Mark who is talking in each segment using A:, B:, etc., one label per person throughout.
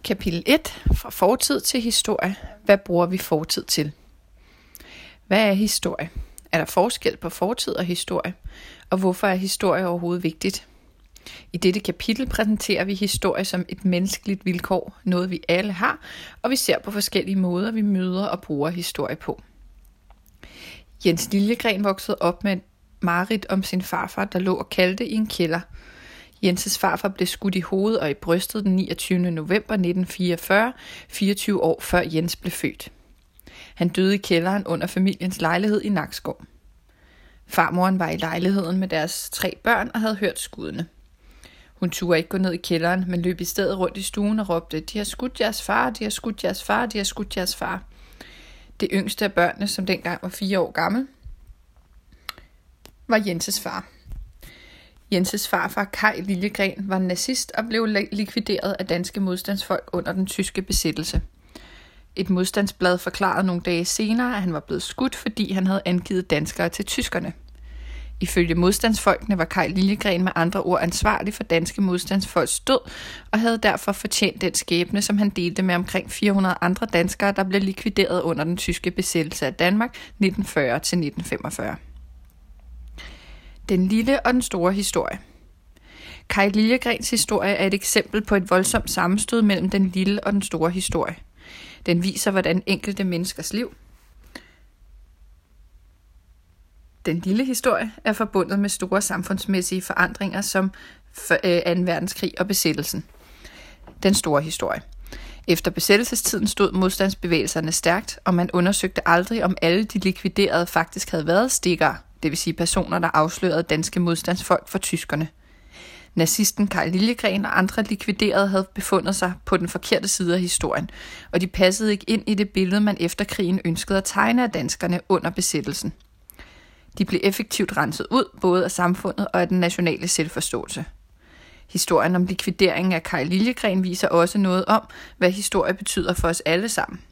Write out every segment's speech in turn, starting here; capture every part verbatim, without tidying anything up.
A: Kapitel et. Fra fortid til historie. Hvad bruger vi fortid til? Hvad er historie? Er der forskel på fortid og historie? Og hvorfor er historie overhovedet vigtigt? I dette kapitel præsenterer vi historie som et menneskeligt vilkår, noget vi alle har, og vi ser på forskellige måder, vi møder og bruger historie på. Jens Liljegren voksede op med et mareridt om sin farfar, der lå og kaldte i en kælder. Jenses farfar blev skudt i hovedet og i brystet den niogtyvende november nitten fireogfyrre, fireogtyve år før Jens blev født. Han døde i kælderen under familiens lejlighed i Nakskov. Farmoren var i lejligheden med deres tre børn og havde hørt skuddene. Hun turde ikke gå ned i kælderen, men løb i stedet rundt i stuen og råbte, "De har skudt jeres far, de har skudt jeres far, de har skudt jeres far." Det yngste af børnene, som dengang var fire år gammel, var Jenses far. Jenses farfar, Kaj Liljegren, var nazist og blev likvideret af danske modstandsfolk under den tyske besættelse. Et modstandsblad forklarede nogle dage senere, at han var blevet skudt, fordi han havde angivet danskere til tyskerne. Ifølge modstandsfolkene var Kaj Liljegren med andre ord ansvarlig for danske modstandsfolks død, og havde derfor fortjent den skæbne, som han delte med omkring fire hundrede andre danskere, der blev likvideret under den tyske besættelse af Danmark nitten fyrre til nitten femogfyrre. Den lille og den store historie. Kaj Liljegrens historie er et eksempel på et voldsomt sammenstød mellem den lille og den store historie. Den viser, hvordan enkelte menneskers liv, den lille historie, er forbundet med store samfundsmæssige forandringer som anden verdenskrig og besættelsen. Den store historie. Efter besættelsestiden stod modstandsbevægelserne stærkt, og man undersøgte aldrig, om alle de likviderede faktisk havde været stikkere, det vil sige personer, der afslørede danske modstandsfolk for tyskerne. Nazisten Kaj Liljegren og andre likviderede havde befundet sig på den forkerte side af historien, og de passede ikke ind i det billede, man efter krigen ønskede at tegne af danskerne under besættelsen. De blev effektivt renset ud, både af samfundet og af den nationale selvforståelse. Historien om likvideringen af Kaj Liljegren viser også noget om, hvad historie betyder for os alle sammen.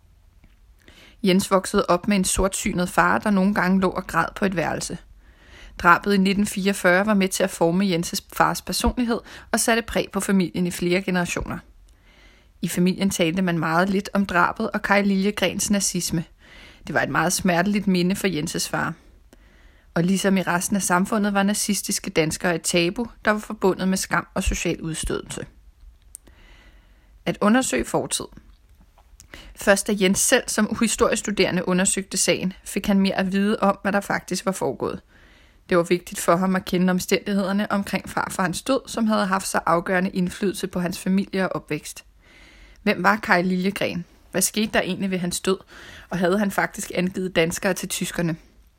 A: Jens voksede op med en sortsynet far, der nogle gange lå og græd på et værelse. Drabet i nitten fireogfyrre var med til at forme Jenses fars personlighed og satte præg på familien i flere generationer. I familien talte man meget lidt om drabet og Kaj Liljegrens nazisme. Det var et meget smerteligt minde for Jenses far. Og ligesom i resten af samfundet var nazistiske danskere et tabu, der var forbundet med skam og social udstødelse. At undersøge fortid. Først da Jens selv som historiestuderende undersøgte sagen, fik han mere at vide om, hvad der faktisk var foregået. Det var vigtigt for ham at kende omstændighederne omkring farfarens død, som havde haft så afgørende indflydelse på hans familie og opvækst. Hvem var Kaj Liljegren? Hvad skete der egentlig ved hans død? Og havde han faktisk angivet danskere til tyskerne?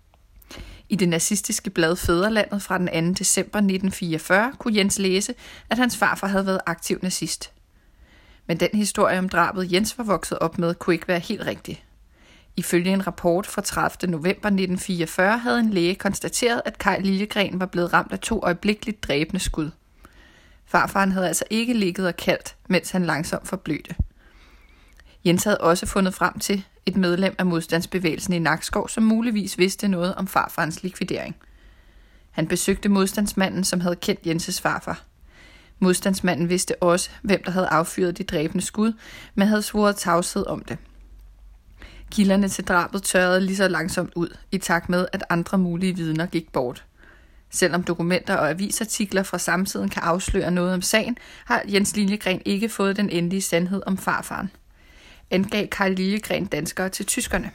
A: I det nazistiske blad Fædrelandet fra den anden december nitten fireogfyrre kunne Jens læse, at hans farfar havde været aktiv nazist. Men den historie om drabet Jens var vokset op med, kunne ikke være helt rigtig. Ifølge en rapport fra tredivte november nitten fireogfyrre havde en læge konstateret, at Kaj Liljegren var blevet ramt af to øjeblikkeligt dræbende skud. Farfaren havde altså ikke ligget og kaldt, mens han langsomt forblødte. Jens havde også fundet frem til et medlem af modstandsbevægelsen i Nakskov, som muligvis vidste noget om farfarens likvidering. Han besøgte modstandsmanden, som havde kendt Jenses farfar. Modstandsmanden vidste også, hvem der havde affyret de dræbende skud, men havde svoret tavshed om det. Kilderne til drabet tørrede lige så langsomt ud, i takt med, at andre mulige vidner gik bort. Selvom dokumenter og avisartikler fra samtiden kan afsløre noget om sagen, har Jens Liljegren ikke fået den endelige sandhed om farfaren. Angav Kaj Liljegren danskere til tyskerne.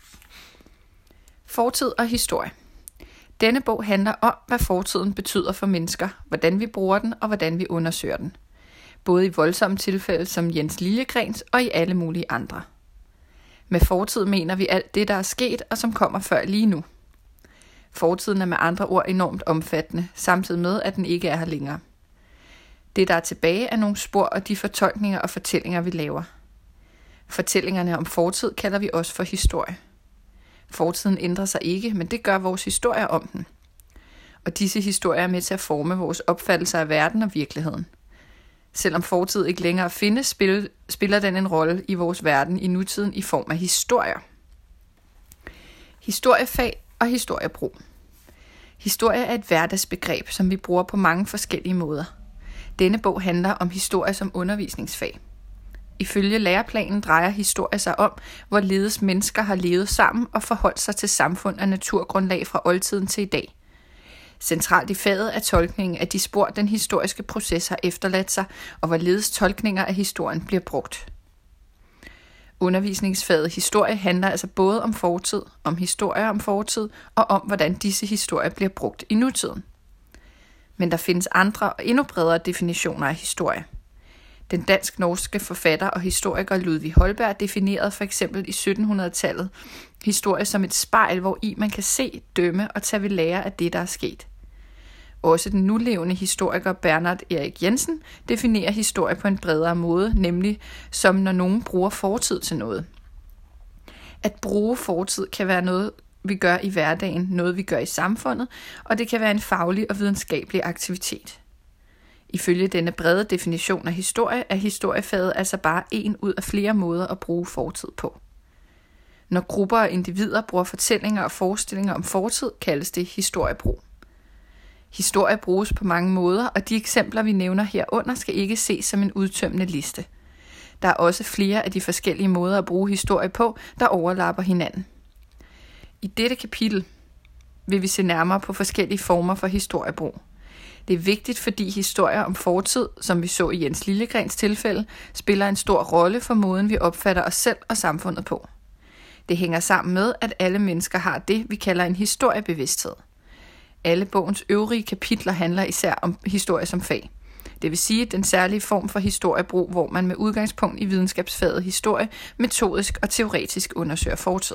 A: Fortid og historie. Denne bog handler om, hvad fortiden betyder for mennesker, hvordan vi bruger den og hvordan vi undersøger den. Både i voldsomme tilfælde som Jens Liljegrens og i alle mulige andre. Med fortid mener vi alt det, der er sket og som kommer før lige nu. Fortiden er med andre ord enormt omfattende, samtidig med, at den ikke er her længere. Det, der er tilbage, er nogle spor og de fortolkninger og fortællinger, vi laver. Fortællingerne om fortid kalder vi også for historie. Fortiden ændrer sig ikke, men det gør vores historier om den. Og disse historier er med til at forme vores opfattelser af verden og virkeligheden. Selvom fortid ikke længere findes, spiller den en rolle i vores verden i nutiden i form af historier. Historiefag og historiebrug. Historie er et hverdagsbegreb, som vi bruger på mange forskellige måder. Denne bog handler om historie som undervisningsfag. Ifølge læreplanen drejer historie sig om, hvorledes mennesker har levet sammen og forholdt sig til samfund og naturgrundlag fra oldtiden til i dag. Centralt i faget er tolkningen af de spor, den historiske proces har efterladt sig, og hvorledes tolkninger af historien bliver brugt. Undervisningsfaget historie handler altså både om fortid, om historie om fortid, og om hvordan disse historier bliver brugt i nutiden. Men der findes andre og endnu bredere definitioner af historie. Den dansk-norske forfatter og historiker Ludvig Holberg definerede for eksempel i syttenhundredetallet historie som et spejl, hvor i man kan se, dømme og tage ved lære af det, der er sket. Også den nulevende historiker Bernhard Erik Jensen definerer historie på en bredere måde, nemlig som når nogen bruger fortid til noget. At bruge fortid kan være noget, vi gør i hverdagen, noget vi gør i samfundet, og det kan være en faglig og videnskabelig aktivitet. Ifølge denne brede definition af historie er historiefaget altså bare en ud af flere måder at bruge fortid på. Når grupper og individer bruger fortællinger og forestillinger om fortid, kaldes det historiebrug. Historie bruges på mange måder, og de eksempler, vi nævner herunder, skal ikke ses som en udtømmende liste. Der er også flere af de forskellige måder at bruge historie på, der overlapper hinanden. I dette kapitel vil vi se nærmere på forskellige former for historiebrug. Det er vigtigt, fordi historier om fortid, som vi så i Jens Liljegrens tilfælde, spiller en stor rolle for måden, vi opfatter os selv og samfundet på. Det hænger sammen med, at alle mennesker har det, vi kalder en historiebevidsthed. Alle bogens øvrige kapitler handler især om historie som fag. Det vil sige den særlige form for historiebrug, hvor man med udgangspunkt i videnskabsfaget historie metodisk og teoretisk undersøger fortid.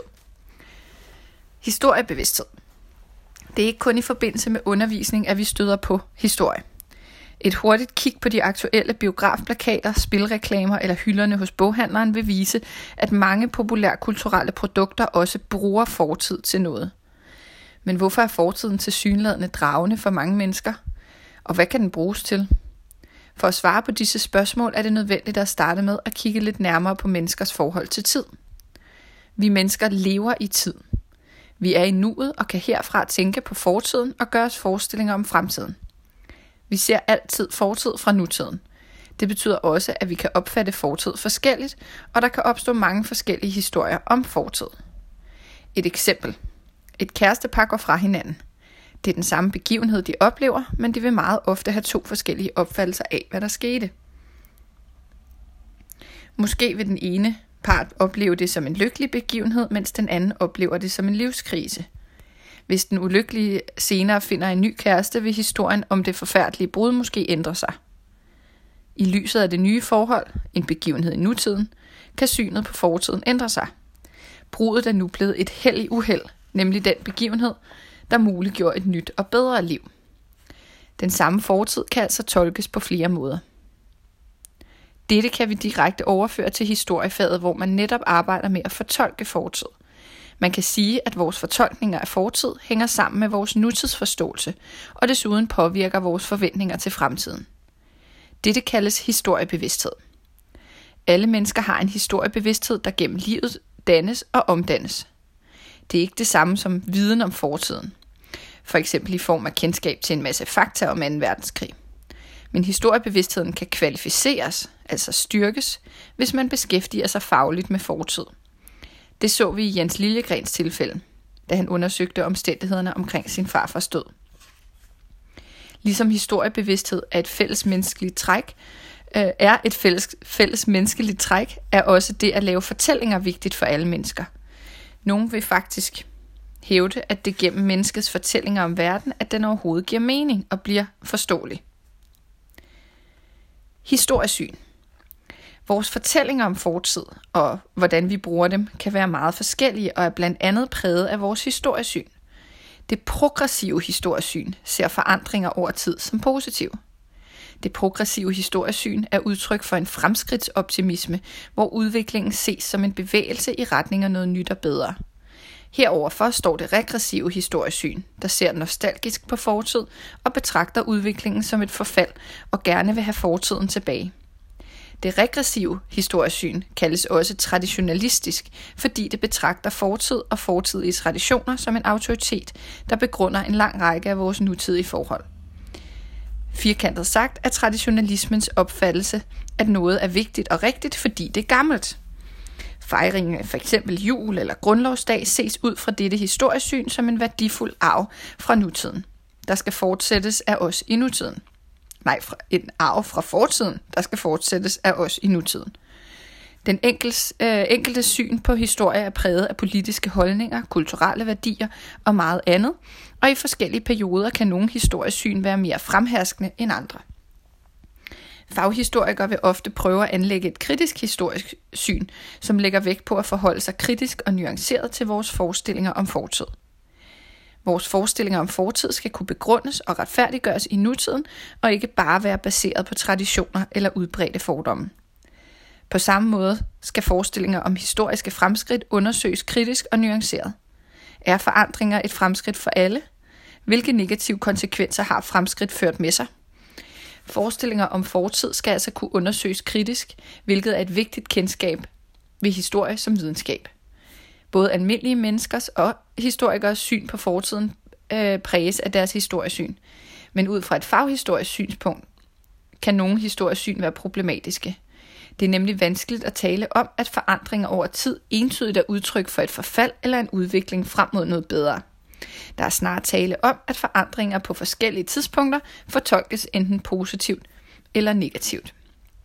A: Historiebevidsthed. Det er ikke kun i forbindelse med undervisning, at vi støder på historie. Et hurtigt kig på de aktuelle biografplakater, spilreklamer eller hylderne hos boghandleren vil vise, at mange populærkulturelle produkter også bruger fortid til noget. Men hvorfor er fortiden tilsyneladende dragende for mange mennesker? Og hvad kan den bruges til? For at svare på disse spørgsmål er det nødvendigt at starte med at kigge lidt nærmere på menneskers forhold til tid. Vi mennesker lever i tid. Vi er i nuet og kan herfra tænke på fortiden og gøre os forestillinger om fremtiden. Vi ser altid fortid fra nutiden. Det betyder også, at vi kan opfatte fortid forskelligt, og der kan opstå mange forskellige historier om fortid. Et eksempel. Et kærestepar går fra hinanden. Det er den samme begivenhed, de oplever, men de vil meget ofte have to forskellige opfattelser af, hvad der skete. Måske vil den ene part opleve det som en lykkelig begivenhed, mens den anden oplever det som en livskrise. Hvis den ulykkelige senere finder en ny kæreste, vil historien om det forfærdelige brud måske ændre sig. I lyset af det nye forhold, en begivenhed i nutiden, kan synet på fortiden ændre sig. Brudet er nu blevet et held i uheld, nemlig den begivenhed, der muliggjorde et nyt og bedre liv. Den samme fortid kan altså tolkes på flere måder. Dette kan vi direkte overføre til historiefaget, hvor man netop arbejder med at fortolke fortid. Man kan sige, at vores fortolkninger af fortid hænger sammen med vores nutidsforståelse, og desuden påvirker vores forventninger til fremtiden. Dette kaldes historiebevidsthed. Alle mennesker har en historiebevidsthed, der gennem livet dannes og omdannes. Det er ikke det samme som viden om fortiden, for eksempel i form af kendskab til en masse fakta om anden verdenskrig. Men historiebevidstheden kan kvalificeres, altså styrkes, hvis man beskæftiger sig fagligt med fortid. Det så vi i Jens Liljegrens tilfælde, da han undersøgte omstændighederne omkring sin farfars død. Ligesom historiebevidsthed er et fælles menneskeligt træk, øh, er et fælles, fælles menneskeligt træk, er også det at lave fortællinger vigtigt for alle mennesker. Nogle vil faktisk hævde, at det gennem menneskets fortællinger om verden, at den overhovedet giver mening og bliver forståelig. Historiesyn. Vores fortællinger om fortid og hvordan vi bruger dem kan være meget forskellige og er blandt andet præget af vores historiesyn. Det progressive historiesyn ser forandringer over tid som positive. Det progressive historiesyn er udtryk for en fremskridtsoptimisme, hvor udviklingen ses som en bevægelse i retning af noget nyt og bedre. Heroverfor står det regressive historiesyn, der ser nostalgisk på fortid og betragter udviklingen som et forfald og gerne vil have fortiden tilbage. Det regressive historiesyn kaldes også traditionalistisk, fordi det betragter fortid og fortidige traditioner som en autoritet, der begrunder en lang række af vores nutidige forhold. Firkantet sagt er traditionalismens opfattelse, at noget er vigtigt og rigtigt, fordi det er gammelt. Fejringen af f.eks. jul eller grundlovsdag ses ud fra dette historiesyn som en værdifuld arv fra nutiden, der skal fortsættes af os i nutiden. Nej, en arv fra fortiden, der skal fortsættes af os i nutiden. Den enkeltes, øh, enkelte syn på historie er præget af politiske holdninger, kulturelle værdier og meget andet, og i forskellige perioder kan nogle historiesyn være mere fremherskende end andre. Faghistorikere vil ofte prøve at anlægge et kritisk historisk syn, som lægger vægt på at forholde sig kritisk og nuanceret til vores forestillinger om fortid. Vores forestillinger om fortid skal kunne begrundes og retfærdiggøres i nutiden, og ikke bare være baseret på traditioner eller udbredte fordomme. På samme måde skal forestillinger om historiske fremskridt undersøges kritisk og nuanceret. Er forandringer et fremskridt for alle? Hvilke negative konsekvenser har fremskridt ført med sig? Forestillinger om fortid skal altså kunne undersøges kritisk, hvilket er et vigtigt kendskab ved historie som videnskab. Både almindelige menneskers og historikers syn på fortiden øh, præges af deres historiesyn, men ud fra et faghistorisk synspunkt kan nogle historiesyn være problematiske. Det er nemlig vanskeligt at tale om, at forandringer over tid entydigt er udtryk for et forfald eller en udvikling frem mod noget bedre. Der er snart tale om, at forandringer på forskellige tidspunkter fortolkes enten positivt eller negativt.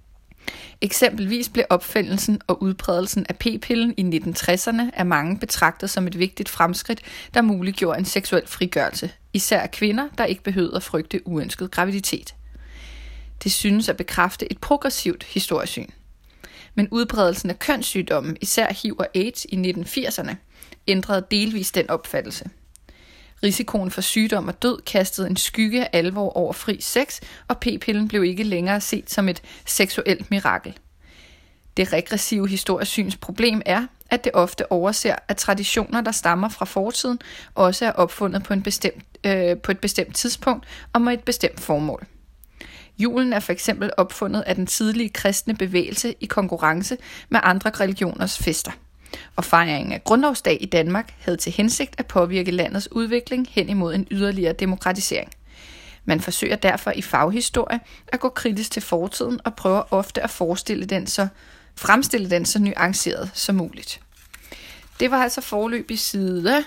A: Eksempelvis blev opfindelsen og udbredelsen af p-pillen i nitten tresserne af mange betragtet som et vigtigt fremskridt, der muliggjorde en seksuel frigørelse, især af kvinder, der ikke behøvede at frygte uønsket graviditet. Det synes at bekræfte et progressivt historiesyn. Men udbredelsen af kønssygdommen, især H I V og AIDS i nitten firserne, ændrede delvis den opfattelse. Risikoen for sygdom og død kastede en skygge af alvor over fri sex, og p-pillen blev ikke længere set som et seksuelt mirakel. Det regressive historiesyns problem er, at det ofte overser, at traditioner, der stammer fra fortiden, også er opfundet på, en bestemt, øh, på et bestemt tidspunkt og med et bestemt formål. Julen er for eksempel opfundet af den tidlige kristne bevægelse i konkurrence med andre religioners fester. Og fejringen af Grundlovsdag i Danmark havde til hensigt at påvirke landets udvikling hen imod en yderligere demokratisering. Man forsøger derfor i faghistorie at gå kritisk til fortiden og prøver ofte at forestille den så, fremstille den så nuanceret som muligt. Det var altså foreløbig side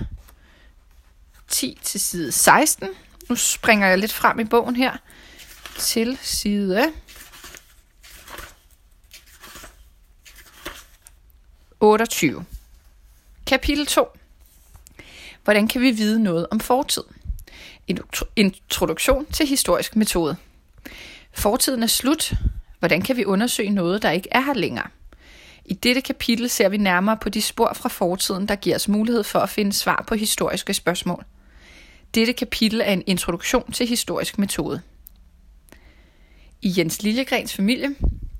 A: ti til side seksten. Nu springer jeg lidt frem i bogen her til side otteogtyve. Kapitel to. Hvordan kan vi vide noget om fortid? Introduktion til historisk metode. Fortiden er slut. Hvordan kan vi undersøge noget, der ikke er her længere? I dette kapitel ser vi nærmere på de spor fra fortiden, der giver os mulighed for at finde svar på historiske spørgsmål. Dette kapitel er en introduktion til historisk metode. I Jens Liljegrens familie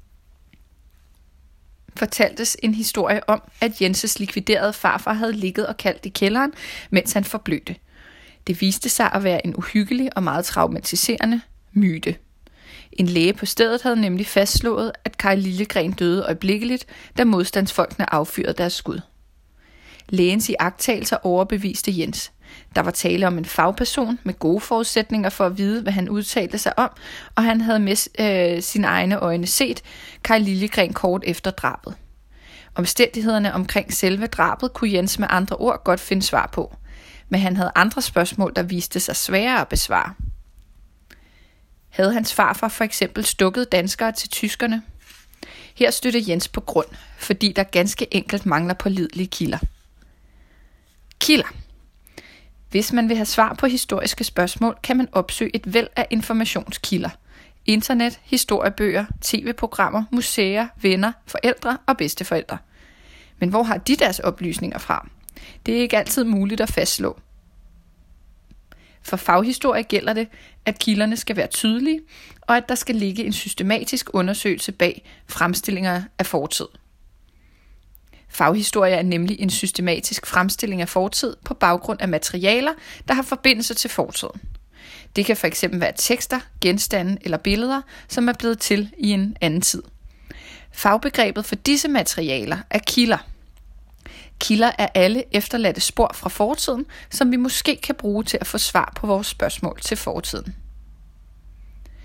A: fortaltes en historie om, at Jenses likviderede farfar havde ligget og kaldt i kælderen, mens han forblødte. Det viste sig at være en uhyggelig og meget traumatiserende myte. En læge på stedet havde nemlig fastslået, at Kai Liljegren døde øjeblikkeligt, da modstandsfolkene affyrede deres skud. Lægens iagttagelser overbeviste Jens. Der var tale om en fagperson med gode forudsætninger for at vide, hvad han udtalte sig om, og han havde med øh, sine egne øjne set Kai Liljegren kort efter drabet. Omstændighederne omkring selve drabet kunne Jens med andre ord godt finde svar på, men han havde andre spørgsmål, der viste sig sværere at besvare. Havde hans farfar for eksempel stukket danskere til tyskerne? Her stødte Jens på grund, fordi der ganske enkelt mangler pålidelige kilder. Kilder. Hvis man vil have svar på historiske spørgsmål, kan man opsøge et væld af informationskilder. Internet, historiebøger, tv-programmer, museer, venner, forældre og bedsteforældre. Men hvor har de deres oplysninger fra? Det er ikke altid muligt at fastslå. For faghistorie gælder det, at kilderne skal være tydelige, og at der skal ligge en systematisk undersøgelse bag fremstillinger af fortid. Faghistorie er nemlig en systematisk fremstilling af fortid på baggrund af materialer, der har forbindelse til fortiden. Det kan fx være tekster, genstande eller billeder, som er blevet til i en anden tid. Fagbegrebet for disse materialer er kilder. Kilder er alle efterladte spor fra fortiden, som vi måske kan bruge til at få svar på vores spørgsmål til fortiden.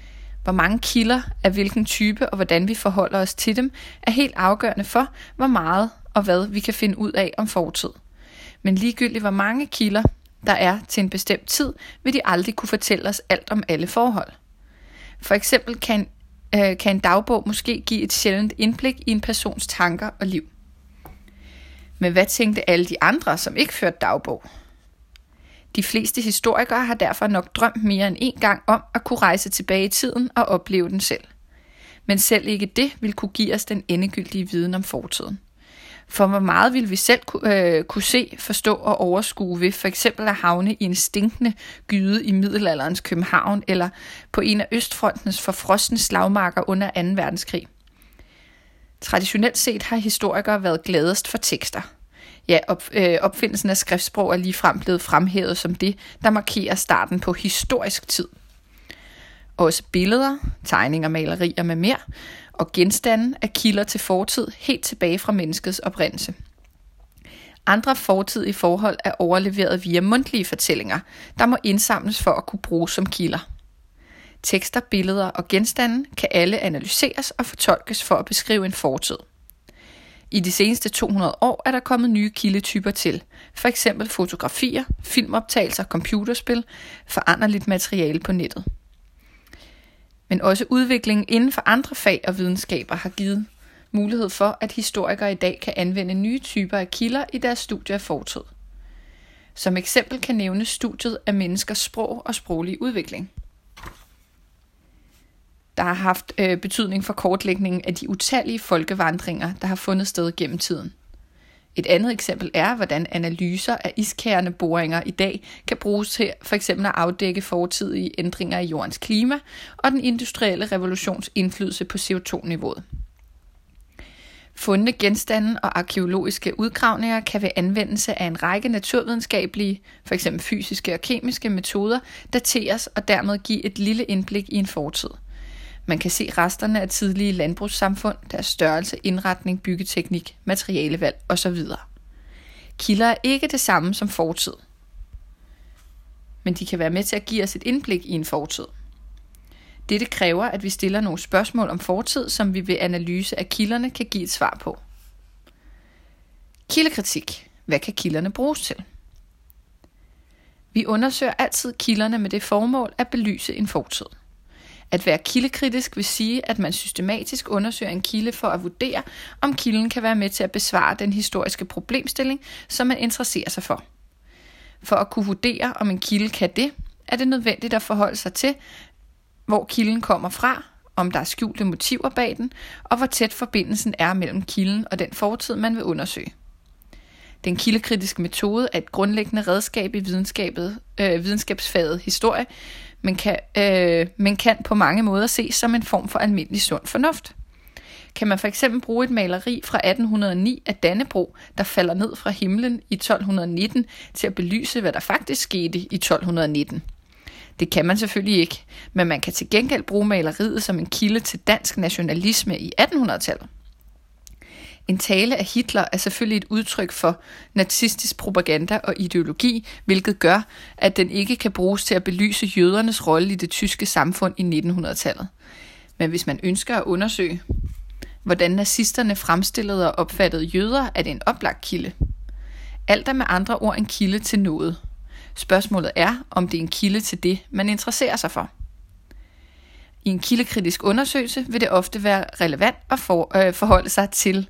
A: Hvor mange kilder af hvilken type og hvordan vi forholder os til dem, er helt afgørende for, hvor meget og hvad vi kan finde ud af om fortid. Men ligegyldigt hvor mange kilder der er til en bestemt tid, vil de aldrig kunne fortælle os alt om alle forhold. For eksempel kan, øh, kan en dagbog måske give et sjældent indblik i en persons tanker og liv. Men hvad tænkte alle de andre, som ikke førte dagbog? De fleste historikere har derfor nok drømt mere end en gang om at kunne rejse tilbage i tiden og opleve den selv. Men selv ikke det vil kunne give os den endegyldige viden om fortiden. For hvor meget vil vi selv kunne, øh, kunne se, forstå og overskue ved for eksempel at havne i en stinkende gyde i middelalderens København eller på en af Østfrontens forfrosne slagmarker under anden verdenskrig. Traditionelt set har historikere været gladest for tekster. Ja, op, øh, opfindelsen af skriftsprog er ligefrem blevet fremhævet som det, der markerer starten på historisk tid. Også billeder, tegninger, malerier med mere og genstande er kilder til fortid helt tilbage fra menneskets oprindelse. Andre fortidige forhold er overleveret via mundtlige fortællinger, der må indsamles for at kunne bruges som kilder. Tekster, billeder og genstande kan alle analyseres og fortolkes for at beskrive en fortid. I de seneste to hundrede år er der kommet nye kildetyper til, for eksempel fotografier, filmoptagelser, computerspil, foranderligt materiale på nettet. Men også udviklingen inden for andre fag og videnskaber har givet mulighed for, at historikere i dag kan anvende nye typer af kilder i deres studie af fortid. Som eksempel kan nævnes studiet af menneskers sprog og sproglig udvikling, der har haft øh, betydning for kortlægningen af de utallige folkevandringer, der har fundet sted gennem tiden. Et andet eksempel er, hvordan analyser af iskerneboringer i dag kan bruges til for eksempel at afdække fortidige ændringer i jordens klima og den industrielle revolutions indflydelse på C O to niveauet. Fundne genstande og arkæologiske udgravninger kan ved anvendelse af en række naturvidenskabelige, for eksempel fysiske og kemiske metoder, dateres og dermed give et lille indblik i en fortid. Man kan se resterne af tidlige landbrugssamfund, deres størrelse, indretning, byggeteknik, materialevalg osv. Kilder er ikke det samme som fortid, men de kan være med til at give os et indblik i en fortid. Dette kræver, at vi stiller nogle spørgsmål om fortid, som vi ved analyse af kilderne kan give et svar på. Kildekritik. Hvad kan kilderne bruges til? Vi undersøger altid kilderne med det formål at belyse en fortid. At være kildekritisk vil sige, at man systematisk undersøger en kilde for at vurdere, om kilden kan være med til at besvare den historiske problemstilling, som man interesserer sig for. For at kunne vurdere, om en kilde kan det, er det nødvendigt at forholde sig til, hvor kilden kommer fra, om der er skjulte motiver bag den, og hvor tæt forbindelsen er mellem kilden og den fortid, man vil undersøge. Den kildekritiske metode er et grundlæggende redskab i videnskabet, øh, videnskabsfaget historie, men kan, øh, men kan på mange måder ses som en form for almindelig sund fornuft. Kan man for eksempel bruge et maleri fra atten hundrede og ni af Dannebrog, der falder ned fra himlen i tolv nitten, til at belyse, hvad der faktisk skete i tolv nitten? Det kan man selvfølgelig ikke, men man kan til gengæld bruge maleriet som en kilde til dansk nationalisme i attenhundredetallet. En tale af Hitler er selvfølgelig et udtryk for nazistisk propaganda og ideologi, hvilket gør, at den ikke kan bruges til at belyse jødernes rolle i det tyske samfund i nittenhundredetallet. Men hvis man ønsker at undersøge, hvordan nazisterne fremstillede og opfattede jøder, er det en oplagt kilde. Alt er med andre ord en kilde til noget. Spørgsmålet er, om det er en kilde til det, man interesserer sig for. I en kildekritisk undersøgelse vil det ofte være relevant at for, øh, forholde sig til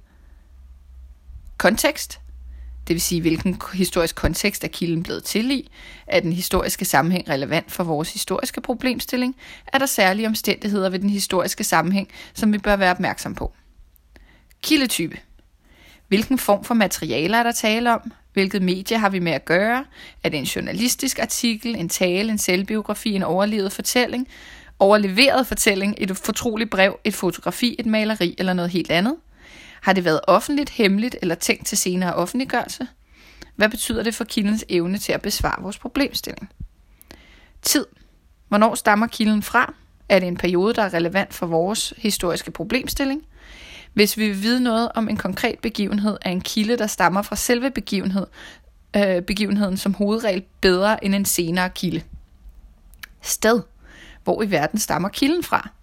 A: kontekst, det vil sige, hvilken historisk kontekst er kilden blevet til i, er den historiske sammenhæng relevant for vores historiske problemstilling, er der særlige omstændigheder ved den historiske sammenhæng, som vi bør være opmærksom på. Kildetype. Hvilken form for materialer er der tale om? Hvilket medie har vi med at gøre? Er det en journalistisk artikel, en tale, en selvbiografi, en overlevet fortælling, overleveret fortælling, et fortroligt brev, et fotografi, et maleri eller noget helt andet? Har det været offentligt, hemmeligt eller tænkt til senere offentliggørelse? Hvad betyder det for kildens evne til at besvare vores problemstilling? Tid. Hvornår stammer kilden fra? Er det en periode, der er relevant for vores historiske problemstilling? Hvis vi vil vide noget om en konkret begivenhed, er en kilde, der stammer fra selve begivenhed, øh, begivenheden som hovedregel bedre end en senere kilde. Sted. Hvor i verden stammer kilden fra?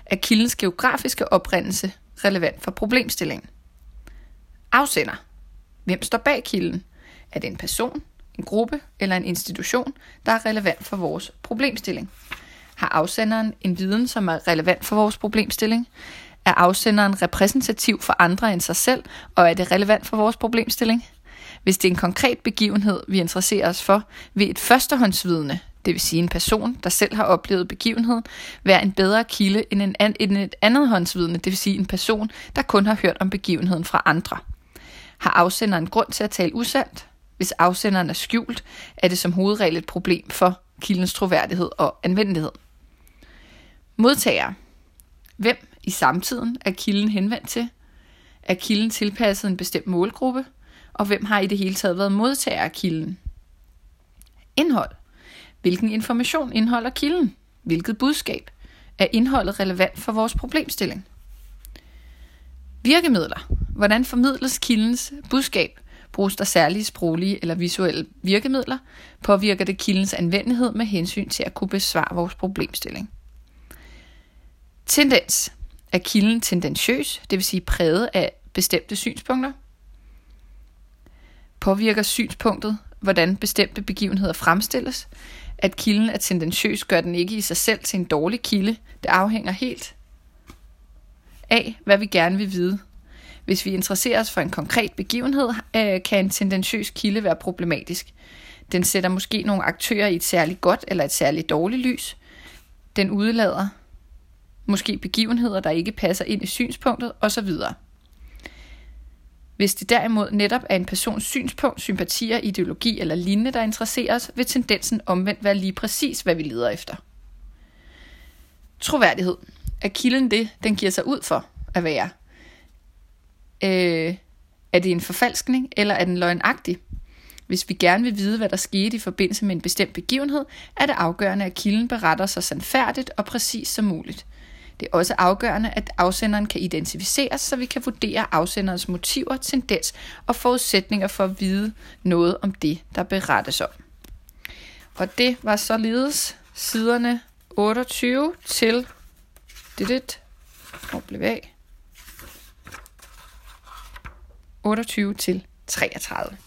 A: Er kildens geografiske oprindelse relevant for problemstillingen? Afsender. Hvem står bag kilden? Er det en person, en gruppe eller en institution, der er relevant for vores problemstilling? Har afsenderen en viden, som er relevant for vores problemstilling? Er afsenderen repræsentativ for andre end sig selv, og er det relevant for vores problemstilling? Hvis det er en konkret begivenhed, vi interesserer os for, vil et førstehåndsvidne, det vil sige en person, der selv har oplevet begivenheden, være en bedre kilde end, en an, end et andet håndsvidne, det vil sige en person, der kun har hørt om begivenheden fra andre. Har afsenderen grund til at tale usandt? Hvis afsenderen er skjult, er det som hovedregel et problem for kildens troværdighed og anvendelighed. Modtager. Hvem i samtiden er kilden henvendt til? Er kilden tilpasset en bestemt målgruppe? Og hvem har i det hele taget været modtager af kilden? Indhold. Hvilken information indeholder kilden? Hvilket budskab? Er indholdet relevant for vores problemstilling? Virkemidler. Hvordan formidles kildens budskab? Bruges der særlige sproglige eller visuelle virkemidler? Påvirker det kildens anvendelighed med hensyn til at kunne besvare vores problemstilling? Tendens. Er kilden tendentiøs, det vil sige præget af bestemte synspunkter? Påvirker synspunktet, hvordan bestemte begivenheder fremstilles? At kilden er tendentiøs, gør den ikke i sig selv til en dårlig kilde. Det afhænger helt af, hvad vi gerne vil vide. Hvis vi interesserer os for en konkret begivenhed, kan en tendentiøs kilde være problematisk. Den sætter måske nogle aktører i et særligt godt eller et særligt dårligt lys. Den udelader måske begivenheder, der ikke passer ind i synspunktet osv. Hvis det derimod netop er en persons synspunkt, sympatier, ideologi eller lignende, der interesserer os, vil tendensen omvendt være lige præcis, hvad vi leder efter. Troværdighed. Er kilden det, den giver sig ud for at være? Øh, er det en forfalskning, eller er den løgnagtig? Hvis vi gerne vil vide, hvad der skete i forbindelse med en bestemt begivenhed, er det afgørende, at kilden beretter sig sandfærdigt og præcis som muligt. Det er også afgørende, at afsenderen kan identificeres, så vi kan vurdere afsenderens motiver, tendens og forudsætninger for at vide noget om det, der berettes om. Og det var således siderne otteogtyve til dit, hvor blev vi af? otteogtyve til treogtredive.